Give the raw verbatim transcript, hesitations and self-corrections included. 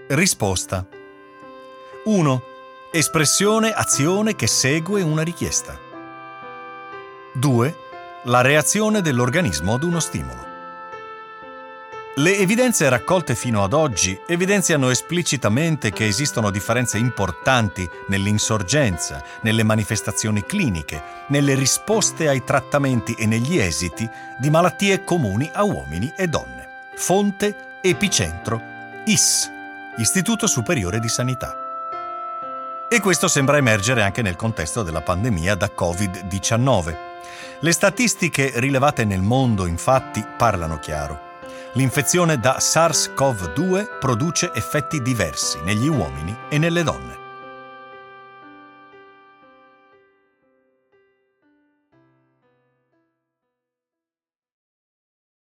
Risposta. uno. Espressione, azione che segue una richiesta. due. La reazione dell'organismo ad uno stimolo. Le evidenze raccolte fino ad oggi evidenziano esplicitamente che esistono differenze importanti nell'insorgenza, nelle manifestazioni cliniche, nelle risposte ai trattamenti e negli esiti di malattie comuni a uomini e donne. Fonte Epicentro I S, Istituto Superiore di Sanità. E questo sembra emergere anche nel contesto della pandemia da covid diciannove. Le statistiche rilevate nel mondo, infatti, parlano chiaro. L'infezione da SARS-CoV due produce effetti diversi negli uomini e nelle donne.